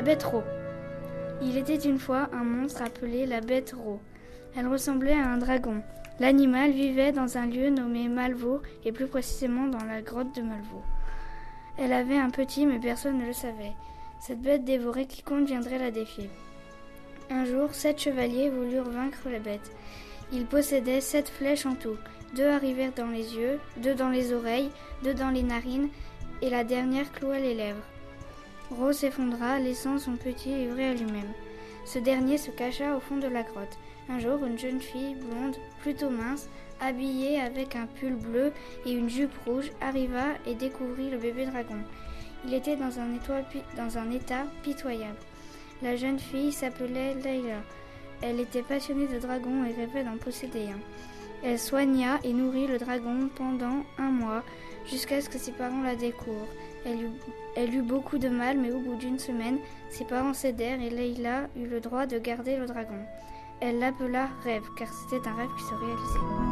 La bête Rot. Il était une fois un monstre appelé la bête Rot. Elle ressemblait à un dragon. L'animal vivait dans un lieu nommé Malvaux, et plus précisément dans la grotte de Malvaux. Elle avait un petit, mais personne ne le savait. Cette bête dévorait quiconque viendrait la défier. Un jour, 7 chevaliers voulurent vaincre la bête. Ils possédaient 7 flèches en tout. 2 arrivèrent dans les yeux, 2 dans les oreilles, 2 dans les narines, et la dernière cloua les lèvres. Rot s'effondra, laissant son petit livré à lui-même. Ce dernier se cacha au fond de la grotte. Un jour, une jeune fille blonde, plutôt mince, habillée avec un pull bleu et une jupe rouge, arriva et découvrit le bébé dragon. Il était dans un état pitoyable. La jeune fille s'appelait Layla. Elle était passionnée de dragons et rêvait d'en posséder un. Elle soigna et nourrit le dragon pendant 1 mois, jusqu'à ce que ses parents la découvrent. Elle eut beaucoup de mal, mais au bout d'1 semaine, ses parents cédèrent et Layla eut le droit de garder le dragon. Elle l'appela Rêve, car c'était un rêve qui se réalisait.